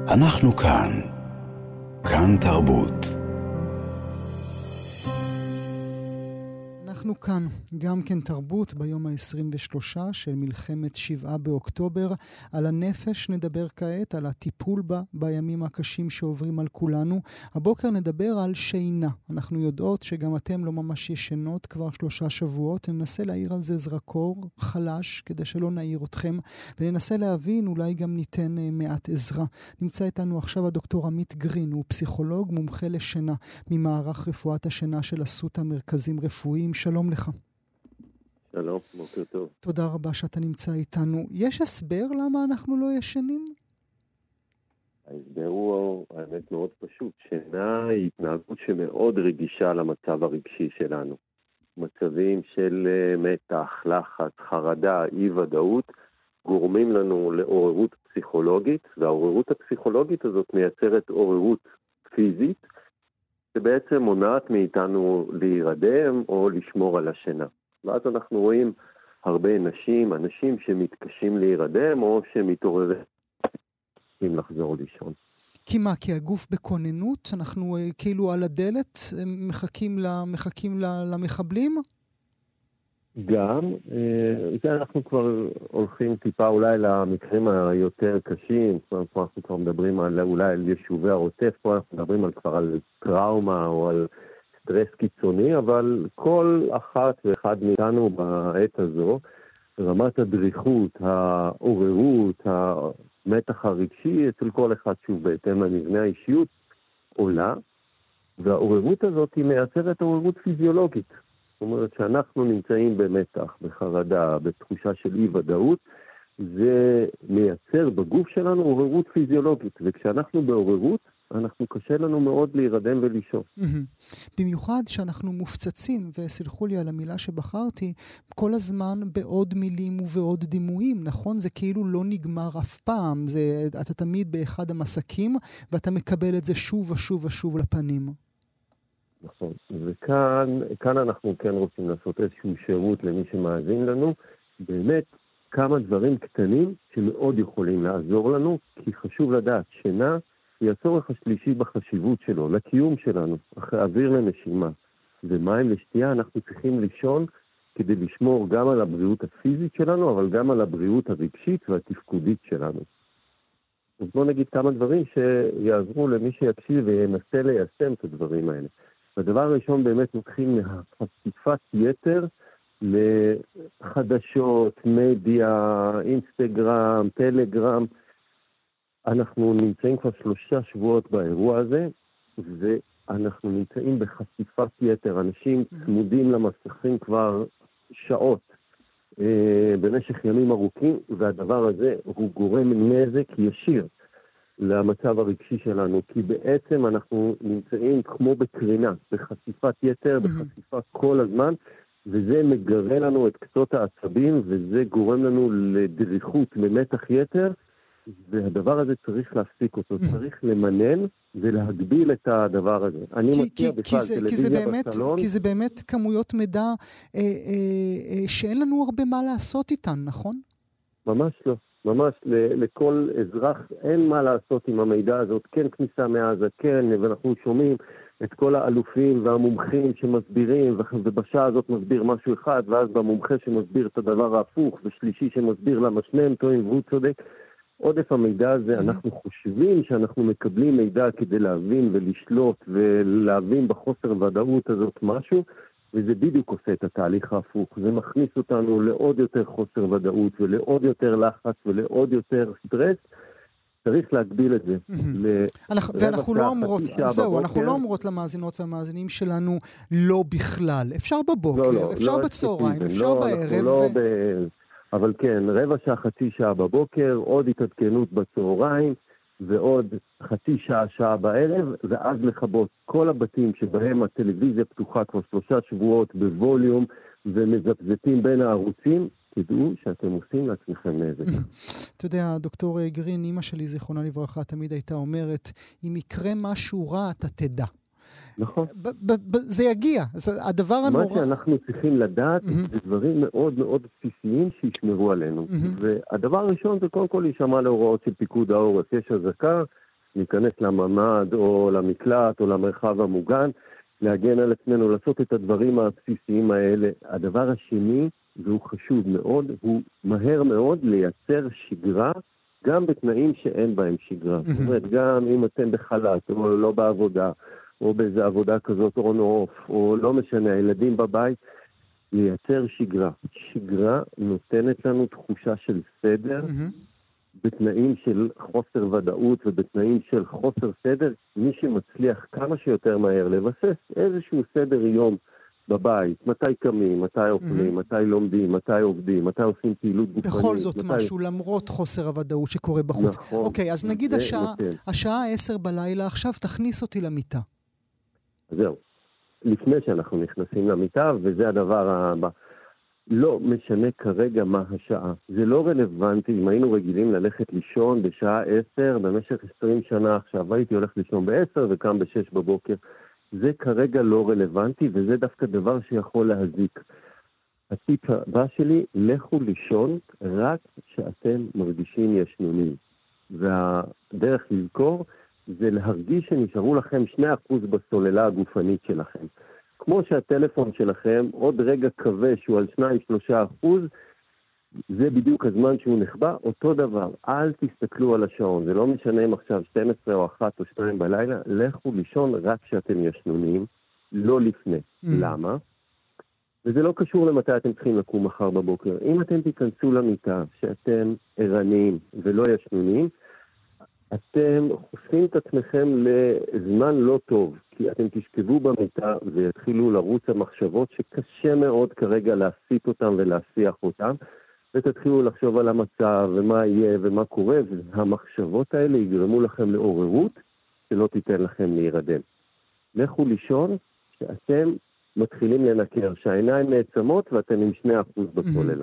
אנחנו כאן. כאן תרבות. אנחנו כאן, גם כן תרבות, ביום ה-23 של מלחמת 7 באוקטובר. על הנפש נדבר כעת, על הטיפול בה בימים הקשים שעוברים על כולנו. הבוקר נדבר על שינה. אנחנו יודעות שגם אתם לא ממש ישנות כבר 3 שבועות. ננסה להעיר על זה זרקור חלש כדי שלא נעיר אתכם, וננסה להבין, אולי גם ניתן מעט עזרה. נמצא איתנו עכשיו הדוקטור עמית גרין, הוא פסיכולוג מומחה לשינה ממערך רפואת השינה של אסותא מרכזים רפואיים. שלום לך. שלום, בוקר טוב. תודה רבה שאתה נמצא איתנו. יש הסבר למה אנחנו לא ישנים? ההסבר הוא האמת מאוד פשוט. שינה היא התנהגות שמאוד רגישה למצב הרגשי שלנו. מצבים של מתח, לחץ, חרדה, אי ודאות, גורמים לנו לעוררות פסיכולוגית, והעוררות הפסיכולוגית הזאת מייצרת עוררות פיזית, שבעצם מונעת מאיתנו להירדם או לשמור על השינה. ואז אנחנו רואים הרבה אנשים שמתקשים להירדם או שמתעוררים לחזור לישון. כי מה? כי הגוף בכוננות? אנחנו כאילו על הדלת מחכים למחבלים? גם, זה אנחנו כבר הולכים טיפה אולי למקרים היותר קשים, פה אנחנו כבר מדברים אולי על יישובי העוטף, פה אנחנו מדברים כבר על טראומה או על סטרס קיצוני, אבל כל אחת ואחד מאיתנו בעת הזו, רמת הדריכות, העוררות, המתח הרגשי, אצל כל אחד שוב בהתאם למבנה האישיות, עולה, והעוררות הזאת היא מייצרת עוררות פיזיולוגית. זאת אומרת שאנחנו נמצאים במתח, בחרדה, בתחושה של אי ודאות, זה מייצר בגוף שלנו עוררות פיזיולוגית, וכשאנחנו בעוררות, אנחנו קשה לנו מאוד להירדם ולישון. במיוחד שאנחנו מופצצים, וסלחו לי על המילה שבחרתי, כל הזמן בעוד מילים ובעוד דימויים, נכון? זה כאילו לא נגמר אף פעם, אתה תמיד באחד המסקים, ואתה מקבל את זה שוב ושוב ושוב לפנים. נכון, וכאן אנחנו כן רוצים לעשות איזשהו שירות למי שמאזין לנו, באמת כמה דברים קטנים שמאוד יכולים לעזור לנו, כי חשוב לדעת, שינה היא הצורך השלישי בחשיבות שלו, לקיום שלנו, אחרי אוויר לנשימה ומים לשתייה, אנחנו צריכים לישון כדי לשמור גם על הבריאות הפיזית שלנו, אבל גם על הבריאות הרגשית והתפקודית שלנו. אז בואו נגיד כמה דברים שיעזרו למי שיקשיב וינסה ליישם את הדברים האלה. הדבר הראשון באמת מתחיל מהחשיפת יתר לחדשות, מדיה, אינסטגרם, טלגרם. אנחנו נמצאים כבר 3 שבועות באירוע הזה, ואנחנו נמצאים בחשיפת יתר. אנשים צמודים למסכים כבר שעות במשך ימים ארוכים, והדבר הזה הוא גורם נזק ישיר למצב הרגשי שלנו, כי בעצם אנחנו נמצאים כמו בקרינה, בחשיפת יתר, בחשיפה כל הזמן, וזה מגרה לנו את קצות העצבים, וזה גורם לנו לדריכות, למתח יתר, והדבר הזה צריך להפסיק אותו, צריך למנן ולהגביל את הדבר הזה. אני מציע בכלל טלוויזיה בסלון. כי זה באמת כמויות מידע שאין לנו הרבה מה לעשות איתן, נכון? ממש לא. ממש לכל אזרח אין מה לעשות עם המידע הזאת, כן כניסה מעזה, כן, ואנחנו שומעים את כל האלופים והמומחים שמסבירים, ובשעה הזאת מסביר משהו אחד, ואז במומחה שמסביר את הדבר ההפוך, ושלישי שמסביר למה שניהם טועים והוא צודק. עודף המידע הזה, אנחנו חושבים שאנחנו מקבלים מידע כדי להבין ולשלוט, ולהבין בחוסר ודאות הזאת משהו, וזה בדיוק עושה את התהליך ההפוך. זה מכניס אותנו לעוד יותר חוסר ודאות, ולעוד יותר לחץ, ולעוד יותר סטרס. צריך להגביל את זה. ואנחנו לא אומרות, זהו, אנחנו לא אומרות למאזינות והמאזינים שלנו לא בכלל. אפשר בבוקר, אפשר בצהריים, אפשר בערב. אבל כן, רבע שעה, חצי שעה בבוקר, עוד התעדכנות בצהריים, ועוד חצי שעה בערב, ואז לכבות כל הבתים שבהם הטלוויזיה פתוחה כבר 3 שבועות בווליום, ומזפזפים בין הערוצים, תדעו שאתם עושים לעצמכם נזק. אתה יודע, דוקטור גרין, אמא שלי זיכרונה לברכה, תמיד הייתה אומרת, אם יקרה משהו רע, אתה תדע. נכון. זה יגיע, הדבר הנורא. מה שאנחנו צריכים לדעת, זה דברים מאוד מאוד בסיסיים שישמרו עלינו. והדבר הראשון זה קודם כל להישמע להוראות של פיקוד העורף. יש אזעקה, להיכנס לממד או למקלט או למרחב המוגן, להגן על עצמנו, לעשות את הדברים הבסיסיים האלה. הדבר השני, והוא חשוב מאוד, הוא מהר מאוד לייצר שגרה, גם בתנאים שאין בהם שגרה. זאת אומרת, גם אם אתם בחל"ת או לא בעבודה, או באיזו עבודה כזאת און-אוף, או לא משנה, הילדים בבית, לייצר שגרה. שגרה נותנת לנו תחושה של סדר, בתנאים של חוסר ודאות ובתנאים של חוסר סדר, מי שמצליח כמה שיותר מהר לבסס איזשהו סדר יום בבית, מתי קמים, מתי אוכלים, מתי לומדים, מתי עובדים, מתי עושים פעילות גופנית. בכל זאת משהו, למרות חוסר הוודאות שקורה בחוץ. נכון. אוקיי, אז נגיד השעה 10 בלילה, עכשיו תכניס אותי למיטה. זהו. לפני שאנחנו נכנסים למיטה, וזה הדבר הבא. לא משנה כרגע מה השעה. זה לא רלוונטי אם היינו רגילים ללכת לישון בשעה 10 במשך 20 שנה עכשיו. הייתי הולך לישון ב-10 וקם ב-6 בבוקר. זה כרגע לא רלוונטי, וזה דווקא דבר שיכול להזיק. הטיפ הבא שלי, לכו לישון רק שאתם מרגישים ישנונים. והדרך לזכור זה להרגיש שנשארו לכם 2% בסוללה הגופנית שלכם. כמו שהטלפון שלכם עוד רגע קווה שהוא על 2-3%, זה בדיוק הזמן שהוא נחבא, אותו דבר. אל תסתכלו על השעון, זה לא משנה אם עכשיו 12 או 1 או 2 בלילה, לכו לישון רק שאתם ישנונים, לא לפני. למה? וזה לא קשור למתי אתם צריכים לקום מחר בבוקר. אם אתם תיכנסו למיטה שאתם ערניים ולא ישנונים, אתם חושפים את עצמכם לזמן לא טוב, כי אתם תשכבו במיטה ויתחילו לרוץ המחשבות שקשה מאוד כרגע להסיט אותם ולהסיח אותם, ותתחילו לחשוב על המצב ומה יהיה ומה קורה, והמחשבות האלה יגרמו לכם לעוררות שלא תיתן לכם להירדם. לכו לישון שאתם מתחילים לנקר, שהעיניים נעצמות ואתם עם 2% בסוללה.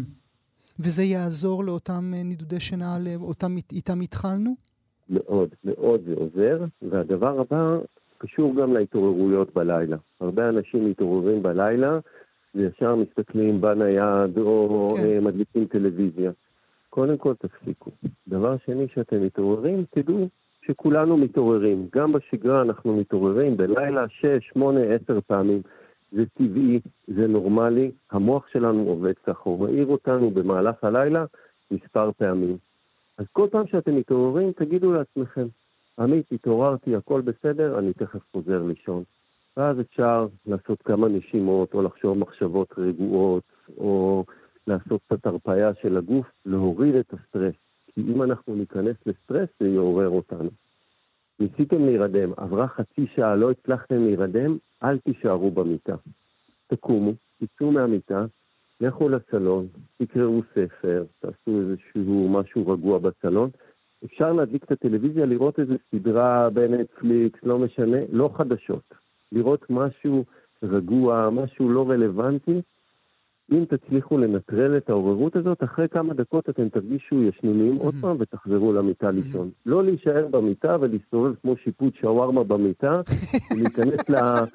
וזה יעזור לאותם נידודי שינה, איתם התחלנו? מאוד, מאוד זה עוזר, והדבר הבא קשור גם להתעוררויות בלילה. הרבה אנשים מתעוררים בלילה, וישר מסתכלים בנייד או מדליקים טלוויזיה. קודם כל תפסיקו. דבר שני שאתם מתעוררים, תדעו שכולנו מתעוררים. גם בשגרה אנחנו מתעוררים בלילה 6, 8, 10 פעמים. זה טבעי, זה נורמלי. המוח שלנו עובד ככה, הוא מעיר אותנו במהלך הלילה מספר פעמים. אז כל פעם שאתם מתעוררים, תגידו לעצמכם, עמית, התעוררתי, הכל בסדר, אני תכף חוזר לישון. ואז אפשר לעשות כמה נשימות, או לחשוב מחשבות רגועות, או לעשות קצת הרפאיה של הגוף, להוריד את הסטרס. כי אם אנחנו ניכנס לסטרס, זה יעורר אותנו. ניסיתם להירדם, עברה חצי שעה, לא הצלחתם להירדם, אל תישארו במיטה. תקומו, תצאו מהמיטה, לכו לסלון, תקראו ספר, תעשו איזשהו משהו רגוע בסלון. אפשר להדליק את הטלוויזיה, לראות איזו סדרה בנטפליקס, לא משנה, לא חדשות. לראות משהו רגוע, משהו לא רלוונטי. אם תצליחו לנטרל את העוררות הזאת, אחרי כמה דקות אתם תרגישו ישנונים עוד פעם ותחזרו למיטה לישון. לא להישאר במיטה ולהסתובב כמו שיפוט שווארמה במיטה, ולהיכנס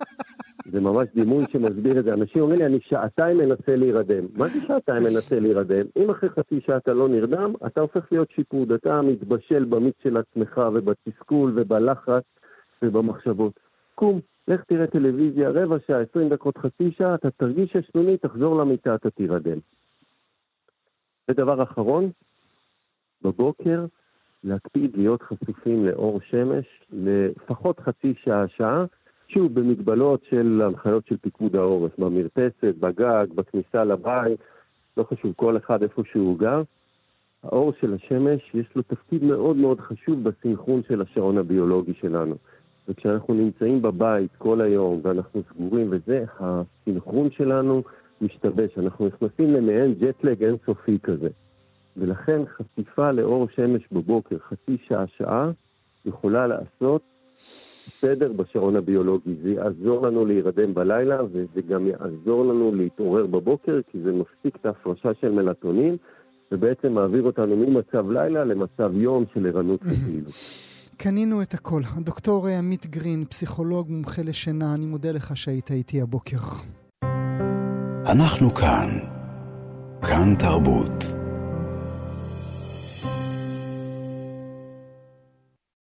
זה ממש דימון שמסביר את זה. אנשים אומרים לי, אני שעתיים מנסה להירדם. מה זה שעתיים מנסה להירדם? אם אחרי חצי שעה אתה לא נרדם, אתה הופך להיות שיפוד. אתה מתבשל במיץ של עצמך ובתסכול ובלחץ ובמחשבות. קום, לך תראה טלוויזיה, רבע שעה, 20 דקות, חצי שעה, אתה תרגיש ישנוני, תחזור למיטה, אתה תירדם. ודבר אחרון, בבוקר, להקפיד להיות חשופים לאור שמש, לפחות חצי שעה, שוב, במגבלות של הנחיות של פיקוד העורף, במרפסת, בגג, בכניסה לבית, לא חשוב, כל אחד איפה שהוא גר. האור של השמש יש לו תפקיד מאוד מאוד חשוב בסינכרון של השעון הביולוגי שלנו. וכשאנחנו נמצאים בבית כל היום ואנחנו סגורים וזה, הסינכרון שלנו משתבש. אנחנו נכנסים למעין ג'טלג אינסופי כזה. ולכן חשיפה לאור שמש בבוקר, חצי שעה, יכולה לעשות סדר בשעון הביולוגי. זה יעזור לנו להירדם בלילה, וזה גם יעזור לנו להתעורר בבוקר, כי זה מפסיק את ההפרשה של מלטונין, ובעצם מעביר אותנו ממצב לילה למצב יום של ערנות ופעילות. קנינו את הכל. דוקטור עמית גרין, פסיכולוג מומחה לשינה, אני מודה לך שהיית איתי הבוקר. אנחנו כאן. כאן תרבות.